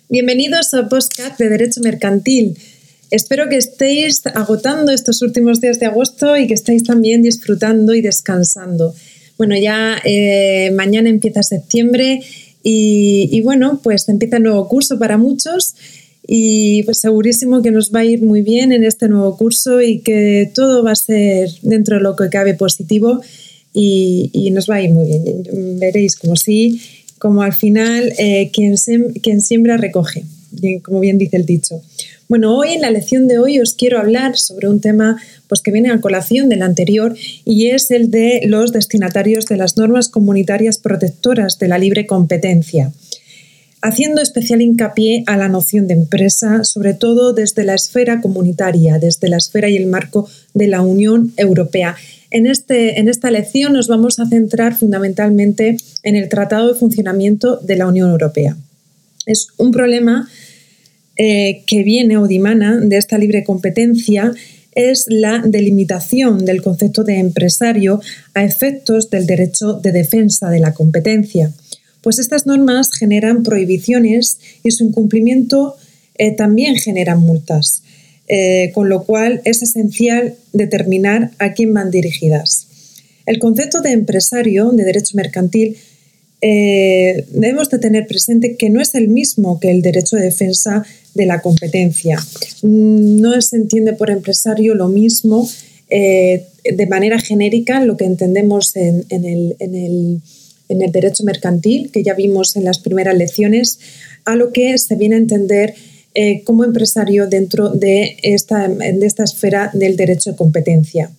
Bienvenidos a Podcast de Derecho Mercantil. Espero que estéis agotando estos últimos días de agosto y que estéis también disfrutando y descansando. Bueno, ya mañana empieza septiembre y bueno, pues empieza el nuevo curso para muchos y pues segurísimo que nos va a ir muy bien en este nuevo curso y que todo va a ser dentro de lo que cabe positivo y nos va a ir muy bien. Veréis como al final quien siembra recoge, como bien dice el dicho. Bueno, hoy en la lección de hoy os quiero hablar sobre un tema pues, que viene a colación del anterior y es el de los destinatarios de las normas comunitarias protectoras de la libre competencia, haciendo especial hincapié a la noción de empresa, sobre todo desde la esfera comunitaria, desde la esfera y el marco de la Unión Europea. En esta lección nos vamos a centrar fundamentalmente en el Tratado de Funcionamiento de la Unión Europea. Es un problema que viene o dimana de esta libre competencia, es la delimitación del concepto de empresario a efectos del derecho de defensa de la competencia. Pues estas normas generan prohibiciones y su incumplimiento también generan multas. Con lo cual es esencial determinar a quién van dirigidas. El concepto de empresario, de derecho mercantil, debemos de tener presente que no es el mismo que el derecho de defensa de la competencia. No se entiende por empresario lo mismo de manera genérica, lo que entendemos en el derecho mercantil, que ya vimos en las primeras lecciones, a lo que se viene a entender como empresario dentro de esta esfera del derecho de competencia.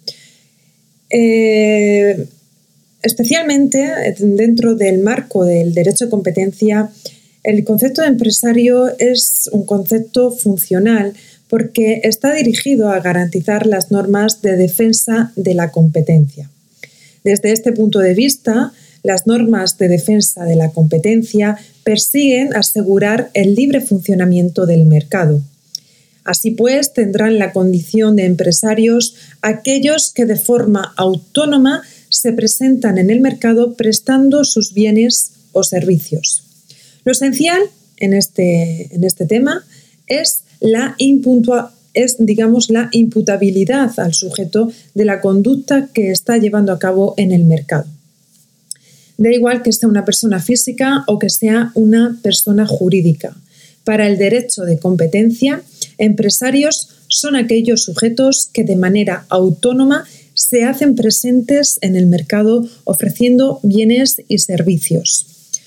Especialmente dentro del marco del derecho de competencia, el concepto de empresario es un concepto funcional porque está dirigido a garantizar las normas de defensa de la competencia. Desde este punto de vista, las normas de defensa de la competencia persiguen asegurar el libre funcionamiento del mercado. Así pues, tendrán la condición de empresarios aquellos que de forma autónoma se presentan en el mercado prestando sus bienes o servicios. Lo esencial en este tema es la imputabilidad al sujeto de la conducta que está llevando a cabo en el mercado. Da igual que sea una persona física o que sea una persona jurídica. Para el derecho de competencia, empresarios son aquellos sujetos que de manera autónoma se hacen presentes en el mercado ofreciendo bienes y servicios.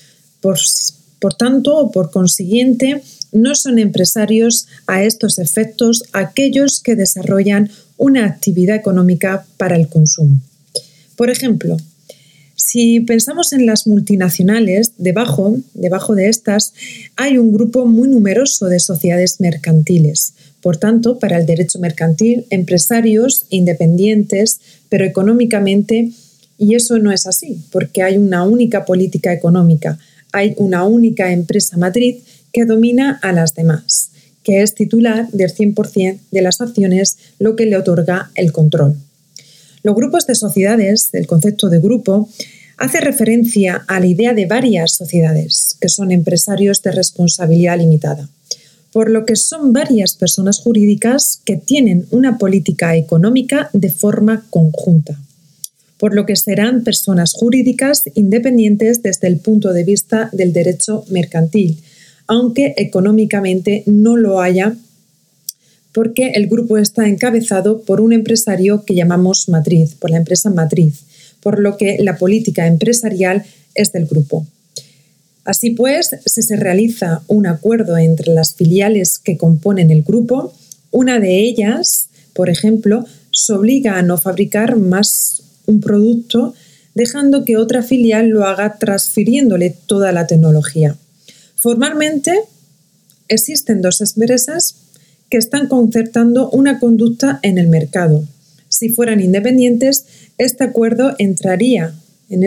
Por tanto, o por consiguiente, no son empresarios a estos efectos aquellos que desarrollan una actividad económica para el consumo. Por ejemplo, si pensamos en las multinacionales, debajo de estas hay un grupo muy numeroso de sociedades mercantiles. Por tanto, para el derecho mercantil, empresarios independientes, pero económicamente, y eso no es así, porque hay una única política económica, hay una única empresa matriz que domina a las demás, que es titular del 100% de las acciones, lo que le otorga el control. Los grupos de sociedades, el concepto de grupo, hace referencia a la idea de varias sociedades, que son empresarios de responsabilidad limitada, por lo que son varias personas jurídicas que tienen una política económica de forma conjunta, por lo que serán personas jurídicas independientes desde el punto de vista del derecho mercantil, aunque económicamente no lo haya, porque el grupo está encabezado por un empresario que llamamos matriz, por la empresa matriz, por lo que la política empresarial es del grupo. Así pues, si se realiza un acuerdo entre las filiales que componen el grupo, una de ellas, por ejemplo, se obliga a no fabricar más un producto, dejando que otra filial lo haga transfiriéndole toda la tecnología. Formalmente, existen dos empresas que están concertando una conducta en el mercado. Si fueran independientes, en este acuerdo entraría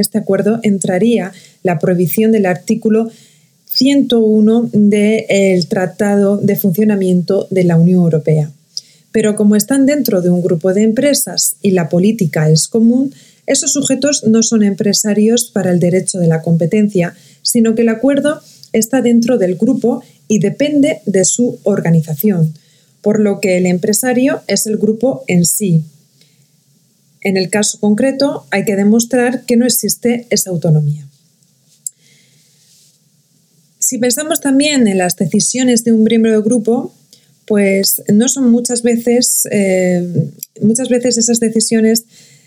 la prohibición del artículo 101 del Tratado de Funcionamiento de la Unión Europea. Pero como están dentro de un grupo de empresas y la política es común, esos sujetos no son empresarios para el derecho de la competencia, sino que el acuerdo está dentro del grupo y depende de su organización, por lo que el empresario es el grupo en sí. En el caso concreto, hay que demostrar que no existe esa autonomía. Si pensamos también en las decisiones de un miembro del grupo, pues no son muchas veces esas decisiones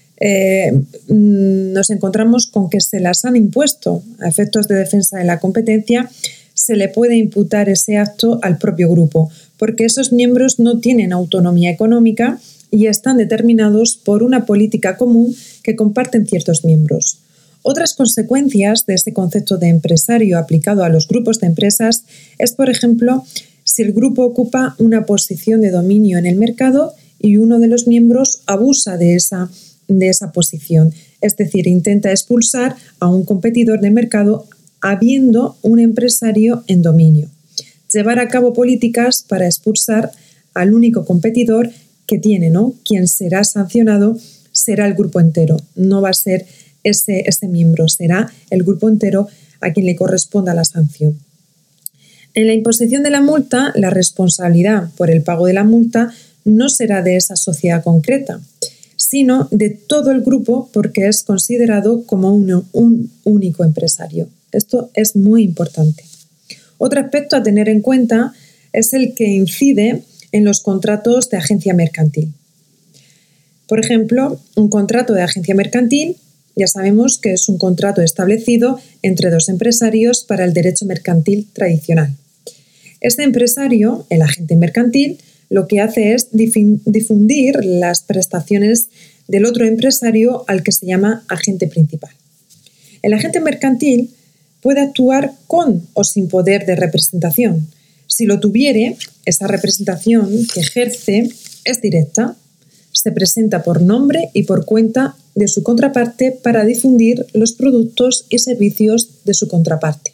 nos encontramos con que se las han impuesto. A efectos de defensa de la competencia, se le puede imputar ese acto al propio grupo, porque esos miembros no tienen autonomía económica y están determinados por una política común que comparten ciertos miembros. Otras consecuencias de este concepto de empresario aplicado a los grupos de empresas es, por ejemplo, si el grupo ocupa una posición de dominio en el mercado y uno de los miembros abusa de esa posición, es decir, intenta expulsar a un competidor del mercado habiendo un empresario en dominio. Llevar a cabo políticas para expulsar al único competidor que tiene, ¿no? Quien será sancionado será el grupo entero, no va a ser ese miembro, será el grupo entero a quien le corresponda la sanción. En la imposición de la multa, la responsabilidad por el pago de la multa no será de esa sociedad concreta, sino de todo el grupo porque es considerado como un único empresario. Esto es muy importante. Otro aspecto a tener en cuenta es el que incide en los contratos de agencia mercantil. Por ejemplo, un contrato de agencia mercantil ya sabemos que es un contrato establecido entre dos empresarios para el derecho mercantil tradicional. Este empresario, el agente mercantil, lo que hace es difundir las prestaciones del otro empresario al que se llama agente principal. El agente mercantil puede actuar con o sin poder de representación. Si lo tuviere, esa representación que ejerce es directa. Se presenta por nombre y por cuenta de su contraparte para difundir los productos y servicios de su contraparte.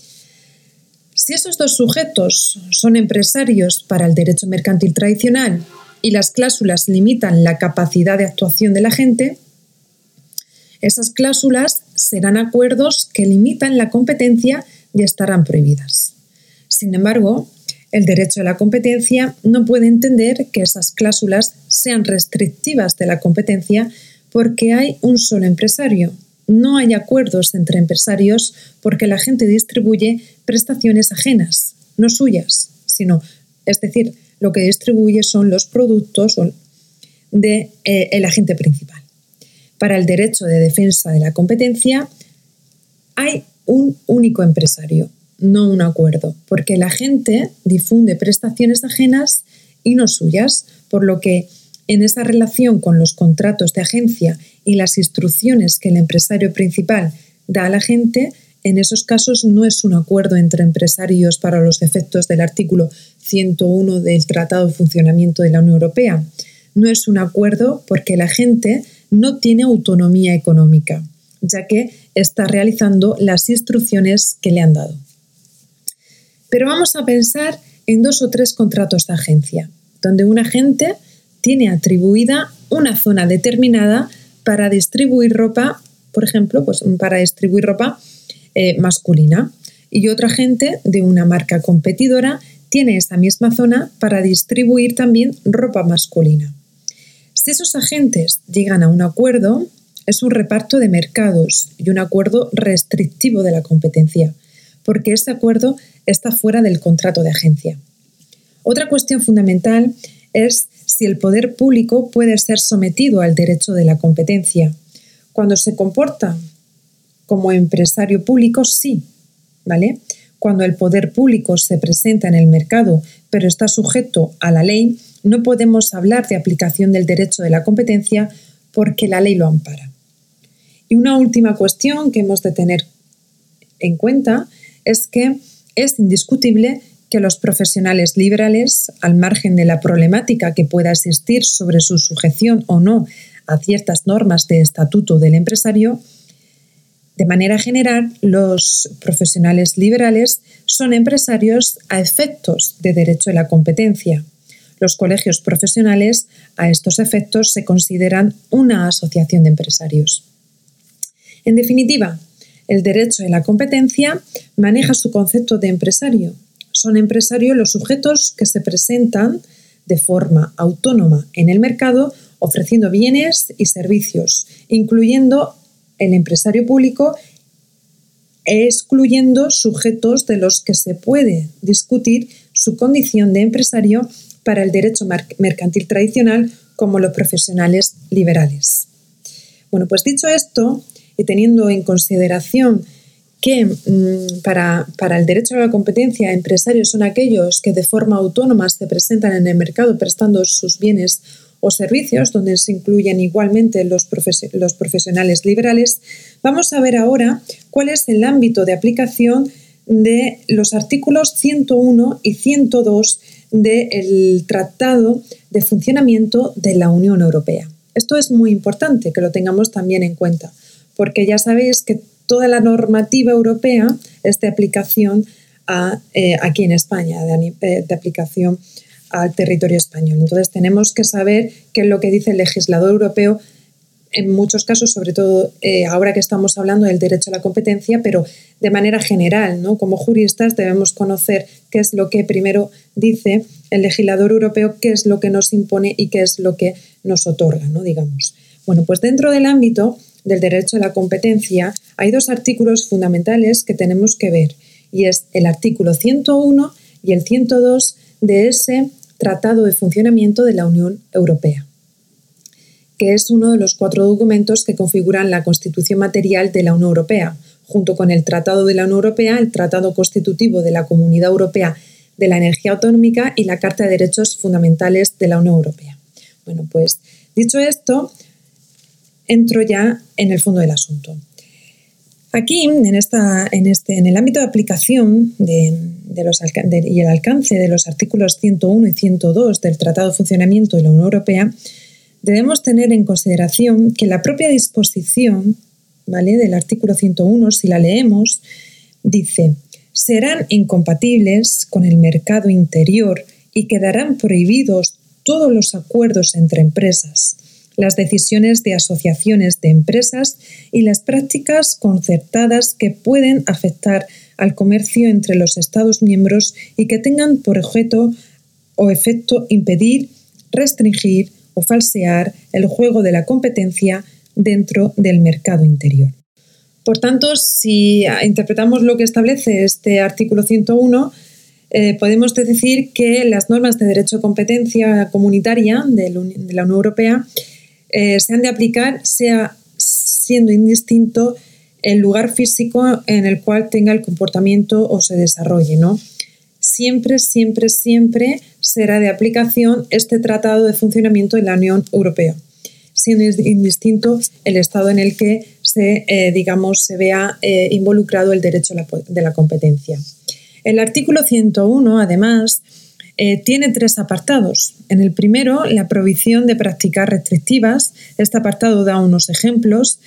Si esos dos sujetos son empresarios para el derecho mercantil tradicional y las cláusulas limitan la capacidad de actuación del agente, esas cláusulas serán acuerdos que limitan la competencia y estarán prohibidas. Sin embargo, el derecho de la competencia no puede entender que esas cláusulas sean restrictivas de la competencia porque hay un solo empresario. No hay acuerdos entre empresarios porque la gente distribuye prestaciones ajenas, no suyas, es decir, lo que distribuye son los productos del agente principal. Para el derecho de defensa de la competencia hay un único empresario, no un acuerdo, porque la gente difunde prestaciones ajenas y no suyas, por lo que en esa relación con los contratos de agencia y las instrucciones que el empresario principal da a la gente, en esos casos no es un acuerdo entre empresarios para los efectos del artículo 101 del Tratado de Funcionamiento de la Unión Europea. No es un acuerdo porque la gente no tiene autonomía económica, ya que está realizando las instrucciones que le han dado. Pero vamos a pensar en 2 o 3 contratos de agencia, donde un agente tiene atribuida una zona determinada para distribuir ropa, por ejemplo, para distribuir ropa masculina, y otro agente de una marca competidora tiene esa misma zona para distribuir también ropa masculina. Si esos agentes llegan a un acuerdo, es un reparto de mercados y un acuerdo restrictivo de la competencia, porque ese acuerdo está fuera del contrato de agencia. Otra cuestión fundamental es si el poder público puede ser sometido al derecho de la competencia. Cuando se comporta como empresario público, sí, ¿vale? Cuando el poder público se presenta en el mercado, pero está sujeto a la ley, no podemos hablar de aplicación del derecho de la competencia porque la ley lo ampara. Y una última cuestión que hemos de tener en cuenta es que es indiscutible que los profesionales liberales, al margen de la problemática que pueda existir sobre su sujeción o no a ciertas normas de estatuto del empresario, de manera general, los profesionales liberales son empresarios a efectos de derecho de la competencia. Los colegios profesionales, a estos efectos, se consideran una asociación de empresarios. En definitiva, el derecho de la competencia maneja su concepto de empresario, Son empresarios los sujetos que se presentan de forma autónoma en el mercado ofreciendo bienes y servicios, incluyendo el empresario público e excluyendo sujetos de los que se puede discutir su condición de empresario para el derecho mercantil tradicional, como los profesionales liberales. Bueno, pues dicho esto, y teniendo en consideración que para el derecho a la competencia, empresarios son aquellos que de forma autónoma se presentan en el mercado prestando sus bienes o servicios, donde se incluyen igualmente los profesionales liberales, vamos a ver ahora cuál es el ámbito de aplicación de los artículos 101 y 102 del Tratado de Funcionamiento de la Unión Europea. Esto es muy importante que lo tengamos también en cuenta, porque ya sabéis que toda la normativa europea es de aplicación aquí en España, de aplicación al territorio español. Entonces tenemos que saber qué es lo que dice el legislador europeo en muchos casos, sobre todo ahora que estamos hablando del derecho a la competencia, pero de manera general, ¿no? Como juristas debemos conocer qué es lo que primero dice el legislador europeo, qué es lo que nos impone y qué es lo que nos otorga, ¿no? Digamos. Bueno, pues dentro del ámbito del derecho a la competencia hay dos artículos fundamentales que tenemos que ver, y es el artículo 101 y el 102 de ese Tratado de Funcionamiento de la Unión Europea, que es uno de los 4 documentos que configuran la Constitución material de la Unión Europea, junto con el Tratado de la Unión Europea, el Tratado Constitutivo de la Comunidad Europea de la Energía Atómica y la Carta de Derechos Fundamentales de la Unión Europea. Bueno, pues dicho esto, entro ya en el fondo del asunto. Aquí, en el ámbito de aplicación y el alcance de los artículos 101 y 102 del Tratado de Funcionamiento de la Unión Europea, debemos tener en consideración que la propia disposición, ¿vale?, del artículo 101, si la leemos, dice: serán incompatibles con el mercado interior y quedarán prohibidos todos los acuerdos entre empresas, las decisiones de asociaciones de empresas y las prácticas concertadas que pueden afectar al comercio entre los Estados miembros y que tengan por objeto o efecto impedir, restringir o falsear el juego de la competencia dentro del mercado interior. Por tanto, si interpretamos lo que establece este artículo 101, podemos decir que las normas de derecho de competencia comunitaria de la Unión Europea se han de aplicar sea siendo indistinto el lugar físico en el cual tenga el comportamiento o se desarrolle, ¿no? Siempre será de aplicación este Tratado de Funcionamiento de la Unión Europea, siendo indistinto el estado en el que se vea involucrado el derecho de la competencia. El artículo 101, además, tiene 3 apartados. En el primero, la prohibición de prácticas restrictivas. Este apartado da unos ejemplos.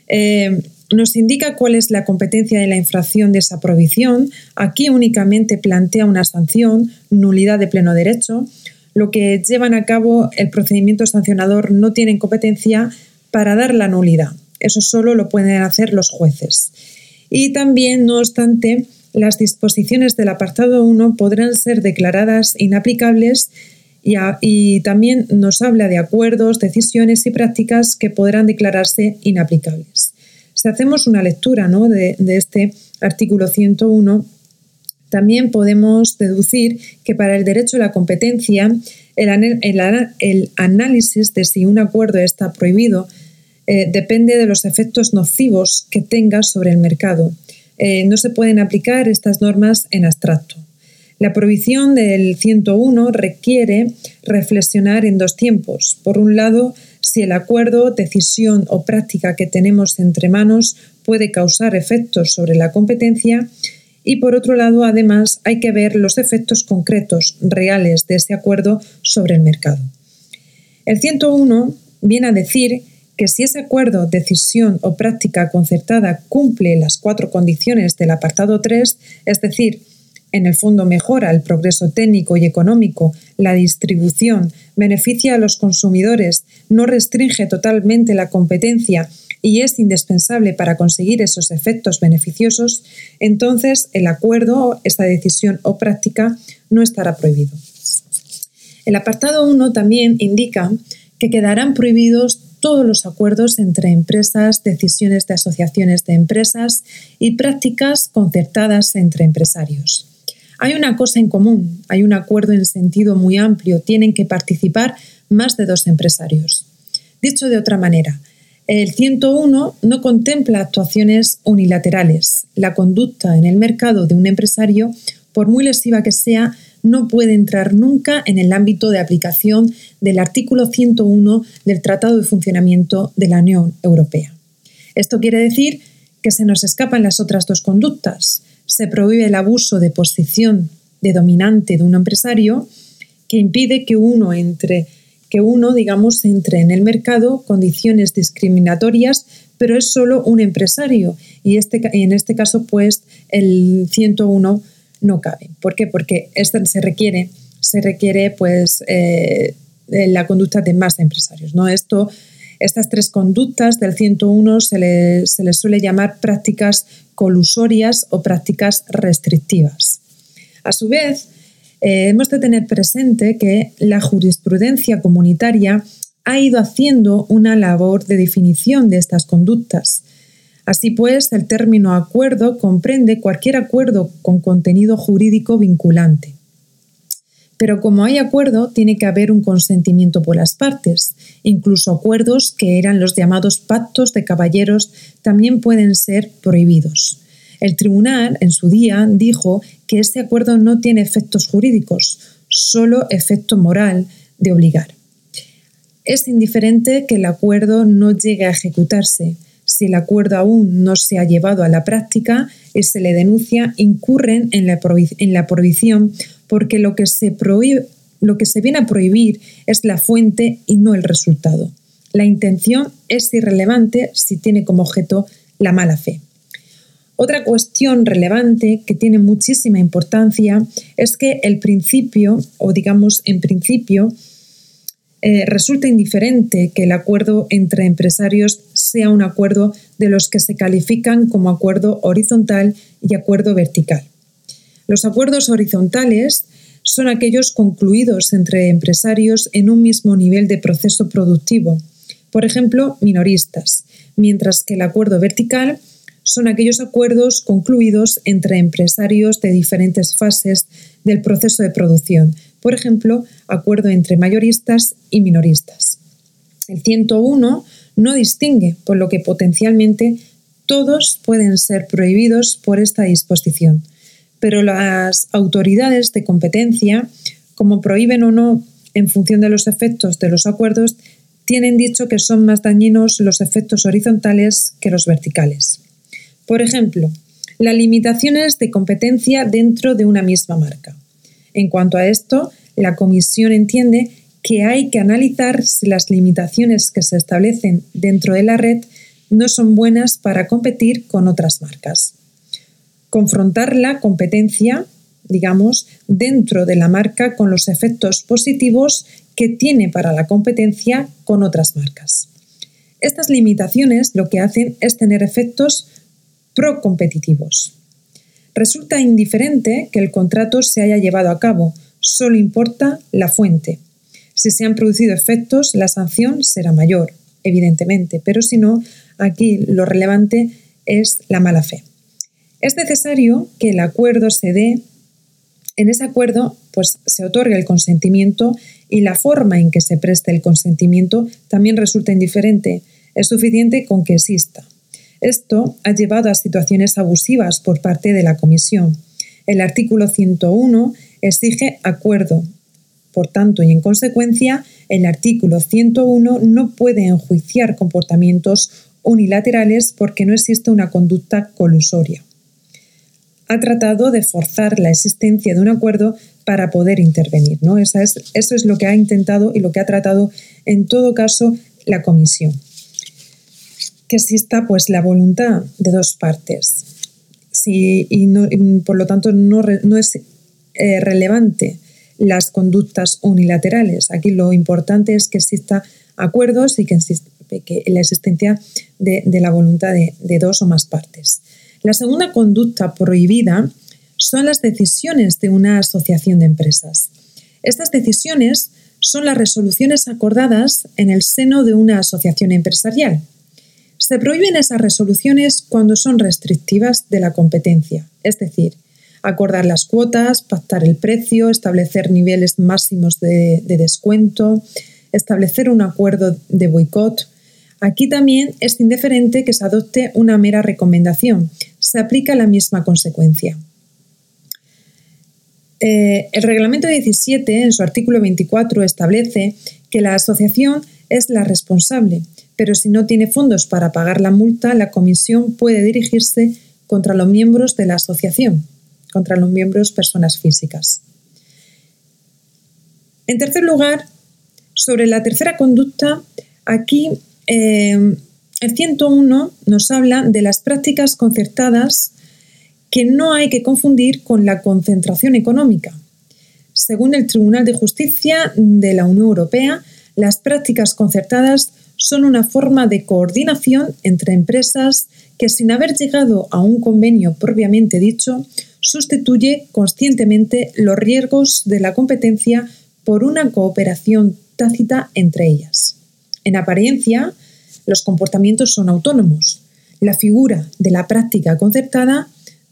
Nos indica cuál es la competencia de la infracción de esa prohibición. Aquí únicamente plantea una sanción, nulidad de pleno derecho. Lo que llevan a cabo el procedimiento sancionador no tienen competencia para dar la nulidad. Eso solo lo pueden hacer los jueces. Y también, no obstante, las disposiciones del apartado 1 podrán ser declaradas inaplicables y también nos habla de acuerdos, decisiones y prácticas que podrán declararse inaplicables. Si hacemos una lectura, ¿no?, de este artículo 101, también podemos deducir que para el derecho a la competencia el análisis de si un acuerdo está prohibido depende de los efectos nocivos que tenga sobre el mercado. No se pueden aplicar estas normas en abstracto. La prohibición del 101 requiere reflexionar en 2 tiempos. Por un lado, si el acuerdo, decisión o práctica que tenemos entre manos puede causar efectos sobre la competencia, y por otro lado, además, hay que ver los efectos concretos, reales de ese acuerdo sobre el mercado. El 101 viene a decir que si ese acuerdo, decisión o práctica concertada cumple las 4 condiciones del apartado 3, es decir, en el fondo mejora el progreso técnico y económico, la distribución, beneficia a los consumidores, no restringe totalmente la competencia y es indispensable para conseguir esos efectos beneficiosos, entonces el acuerdo, esta decisión o práctica no estará prohibido. El apartado 1 también indica que quedarán prohibidos todos los acuerdos entre empresas, decisiones de asociaciones de empresas y prácticas concertadas entre empresarios. Hay una cosa en común, hay un acuerdo en sentido muy amplio, tienen que participar más de 2 empresarios. Dicho de otra manera, el 101 no contempla actuaciones unilaterales. La conducta en el mercado de un empresario, por muy lesiva que sea, no puede entrar nunca en el ámbito de aplicación del artículo 101 del Tratado de Funcionamiento de la Unión Europea. Esto quiere decir que se nos escapan las otras 2 conductas. Se prohíbe el abuso de posición de dominante de un empresario que impide que uno entre en el mercado condiciones discriminatorias, pero es solo un empresario y en este caso pues el 101 no cabe. ¿Por qué? Porque se requiere pues la conducta de más empresarios, ¿no? Estas 3 conductas del 101 se les suele llamar prácticas colusorias o prácticas restrictivas. A su vez, hemos de tener presente que la jurisprudencia comunitaria ha ido haciendo una labor de definición de estas conductas. Así pues, el término acuerdo comprende cualquier acuerdo con contenido jurídico vinculante. Pero como hay acuerdo, tiene que haber un consentimiento por las partes. Incluso acuerdos que eran los llamados pactos de caballeros también pueden ser prohibidos. El tribunal, en su día, dijo que este acuerdo no tiene efectos jurídicos, solo efecto moral de obligar. Es indiferente que el acuerdo no llegue a ejecutarse. Si el acuerdo aún no se ha llevado a la práctica y se le denuncia, incurren en la prohibición porque lo que se viene a prohibir es la fuente y no el resultado. La intención es irrelevante si tiene como objeto la mala fe. Otra cuestión relevante que tiene muchísima importancia es que en principio, resulta indiferente que el acuerdo entre empresarios sea un acuerdo de los que se califican como acuerdo horizontal y acuerdo vertical. Los acuerdos horizontales son aquellos concluidos entre empresarios en un mismo nivel de proceso productivo, por ejemplo, minoristas, mientras que el acuerdo vertical son aquellos acuerdos concluidos entre empresarios de diferentes fases del proceso de producción, por ejemplo, acuerdo entre mayoristas y minoristas. El 101 no distingue, por lo que potencialmente todos pueden ser prohibidos por esta disposición, pero las autoridades de competencia, como prohíben o no en función de los efectos de los acuerdos, tienen dicho que son más dañinos los efectos horizontales que los verticales. Por ejemplo, las limitaciones de competencia dentro de una misma marca. En cuanto a esto, la Comisión entiende que hay que analizar si las limitaciones que se establecen dentro de la red no son buenas para competir con otras marcas. Confrontar la competencia, dentro de la marca con los efectos positivos que tiene para la competencia con otras marcas. Estas limitaciones lo que hacen es tener efectos procompetitivos. Resulta indiferente que el contrato se haya llevado a cabo, solo importa la fuente. Si se han producido efectos, la sanción será mayor, evidentemente, pero si no, aquí lo relevante es la mala fe. Es necesario que el acuerdo se dé, en ese acuerdo pues se otorga el consentimiento y la forma en que se preste el consentimiento también resulta indiferente, es suficiente con que exista. Esto ha llevado a situaciones abusivas por parte de la Comisión. El artículo 101 exige acuerdo. Por tanto, y en consecuencia, el artículo 101 no puede enjuiciar comportamientos unilaterales porque no existe una conducta colusoria. Ha tratado de forzar la existencia de un acuerdo para poder intervenir, ¿no? Eso es lo que ha intentado y lo que ha tratado en todo caso la Comisión. Que exista pues la voluntad de 2 partes. Por lo tanto no es relevante las conductas unilaterales. Aquí lo importante es que exista acuerdos y que que la existencia de la voluntad de dos o más partes. La segunda conducta prohibida son las decisiones de una asociación de empresas. Estas decisiones son las resoluciones acordadas en el seno de una asociación empresarial. Se prohíben esas resoluciones cuando son restrictivas de la competencia, es decir, acordar las cuotas, pactar el precio, establecer niveles máximos de descuento, establecer un acuerdo de boicot. Aquí también es indiferente que se adopte una mera recomendación, se aplica la misma consecuencia. El Reglamento 17, en su artículo 24, establece que la asociación es la responsable, pero si no tiene fondos para pagar la multa, la comisión puede dirigirse contra los miembros de la asociación, contra los miembros personas físicas. En tercer lugar, sobre la tercera conducta, aquí el 101 nos habla de las prácticas concertadas que no hay que confundir con la concentración económica. Según el Tribunal de Justicia de la Unión Europea, las prácticas concertadas son una forma de coordinación entre empresas que, sin haber llegado a un convenio propiamente dicho, sustituye conscientemente los riesgos de la competencia por una cooperación tácita entre ellas. En apariencia, los comportamientos son autónomos. La figura de la práctica concertada,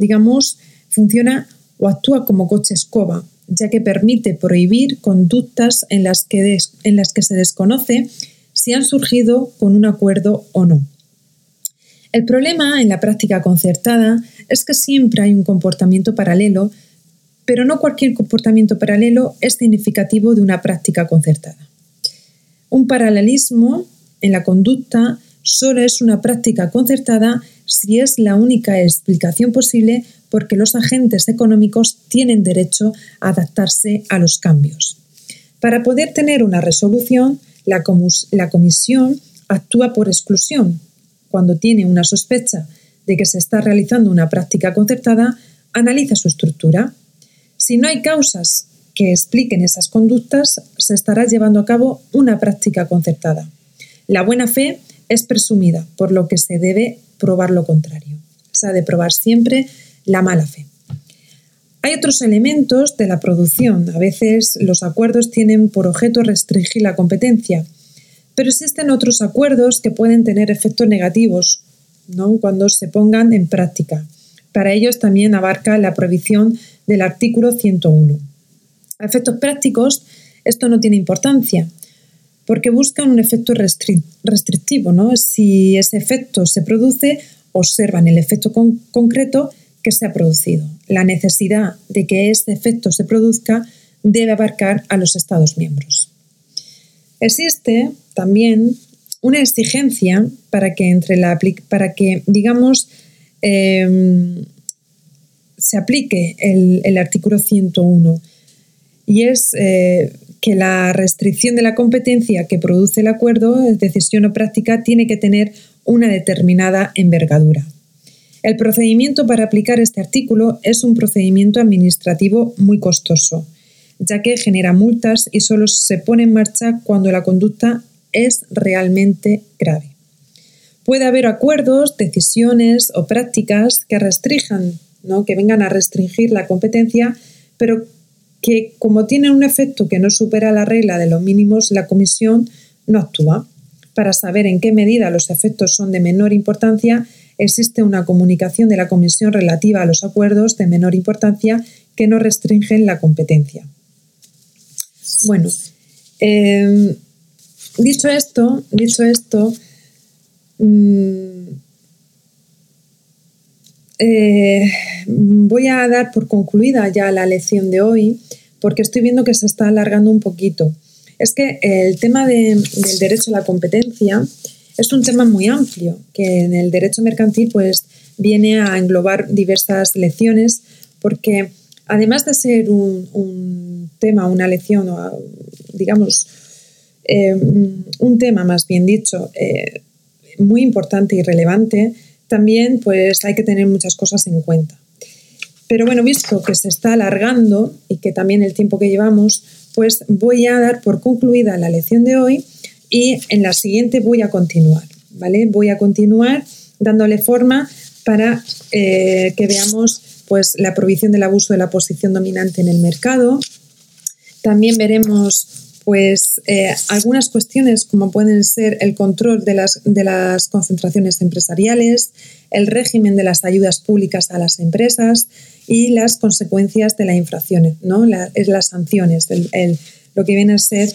funciona o actúa como coche escoba, ya que permite prohibir conductas en las que se desconoce si han surgido con un acuerdo o no. El problema en la práctica concertada es que siempre hay un comportamiento paralelo, pero no cualquier comportamiento paralelo es significativo de una práctica concertada. Un paralelismo en la conducta solo es una práctica concertada si es la única explicación posible, porque los agentes económicos tienen derecho a adaptarse a los cambios. Para poder tener una resolución, la comisión actúa por exclusión. Cuando tiene una sospecha de que se está realizando una práctica concertada, analiza su estructura. Si no hay causas que expliquen esas conductas, se estará llevando a cabo una práctica concertada. La buena fe es presumida, por lo que se debe probar lo contrario. Se ha de probar siempre la mala fe. Hay otros elementos de la producción. A veces los acuerdos tienen por objeto restringir la competencia, pero existen otros acuerdos que pueden tener efectos negativos, ¿no?, cuando se pongan en práctica. Para ellos también abarca la prohibición del artículo 101. A efectos prácticos, esto no tiene importancia, porque buscan un efecto restrictivo, ¿no? Si ese efecto se produce, observan el efecto concreto que se ha producido. La necesidad de que este efecto se produzca debe abarcar a los Estados miembros. Existe también una exigencia para que se aplique el artículo 101, y es que la restricción de la competencia que produce el acuerdo, decisión o práctica, tiene que tener una determinada envergadura. El procedimiento para aplicar este artículo es un procedimiento administrativo muy costoso, ya que genera multas y solo se pone en marcha cuando la conducta es realmente grave. Puede haber acuerdos, decisiones o prácticas que restrinjan, ¿no?, que vengan a restringir la competencia, pero que, como tienen un efecto que no supera la regla de los mínimos, la comisión no actúa. Para saber en qué medida los efectos son de menor importancia, existe una comunicación de la comisión relativa a los acuerdos de menor importancia que no restringen la competencia. Bueno, dicho esto, voy a dar por concluida ya la lección de hoy, porque estoy viendo que se está alargando un poquito. Es que el tema del derecho a la competencia es un tema muy amplio, que en el derecho mercantil pues viene a englobar diversas lecciones, porque además de ser un tema, una lección, un tema más bien dicho, muy importante y relevante, también pues hay que tener muchas cosas en cuenta. Pero bueno, visto que se está alargando y que también el tiempo que llevamos, pues voy a dar por concluida la lección de hoy y en la siguiente voy a continuar, ¿vale? Voy a continuar dándole forma para que veamos pues, la prohibición del abuso de la posición dominante en el mercado. También veremos pues, algunas cuestiones como pueden ser el control de las concentraciones empresariales, el régimen de las ayudas públicas a las empresas y las consecuencias de la infracción, ¿no? Las sanciones, lo que viene a ser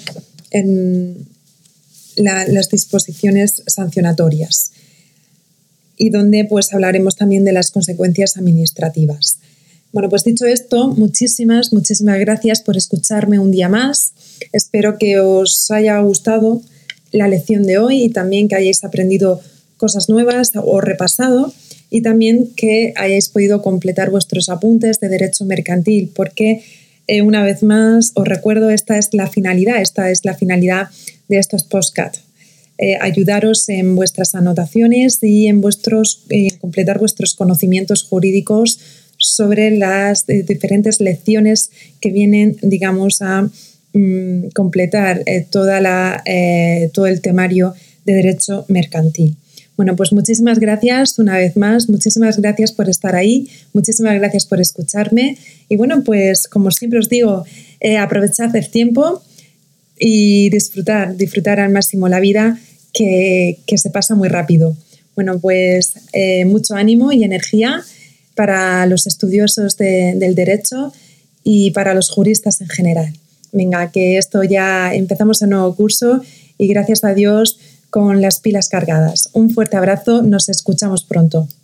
las disposiciones sancionatorias. Y donde pues hablaremos también de las consecuencias administrativas. Bueno, pues dicho esto, muchísimas gracias por escucharme un día más. Espero que os haya gustado la lección de hoy y también que hayáis aprendido cosas nuevas o repasado y también que hayáis podido completar vuestros apuntes de derecho mercantil, porque una vez más os recuerdo, esta es la finalidad de estos podcasts. Ayudaros en vuestras anotaciones y en completar vuestros conocimientos jurídicos sobre las diferentes lecciones que vienen, digamos, a completar todo el temario de derecho mercantil. Bueno, pues muchísimas gracias una vez más, muchísimas gracias por estar ahí, muchísimas gracias por escucharme y bueno, pues como siempre os digo, aprovechad el tiempo y disfrutar al máximo la vida que se pasa muy rápido. Bueno, pues mucho ánimo y energía para los estudiosos del derecho y para los juristas en general. Venga, que esto ya empezamos un nuevo curso y gracias a Dios con las pilas cargadas. Un fuerte abrazo, nos escuchamos pronto.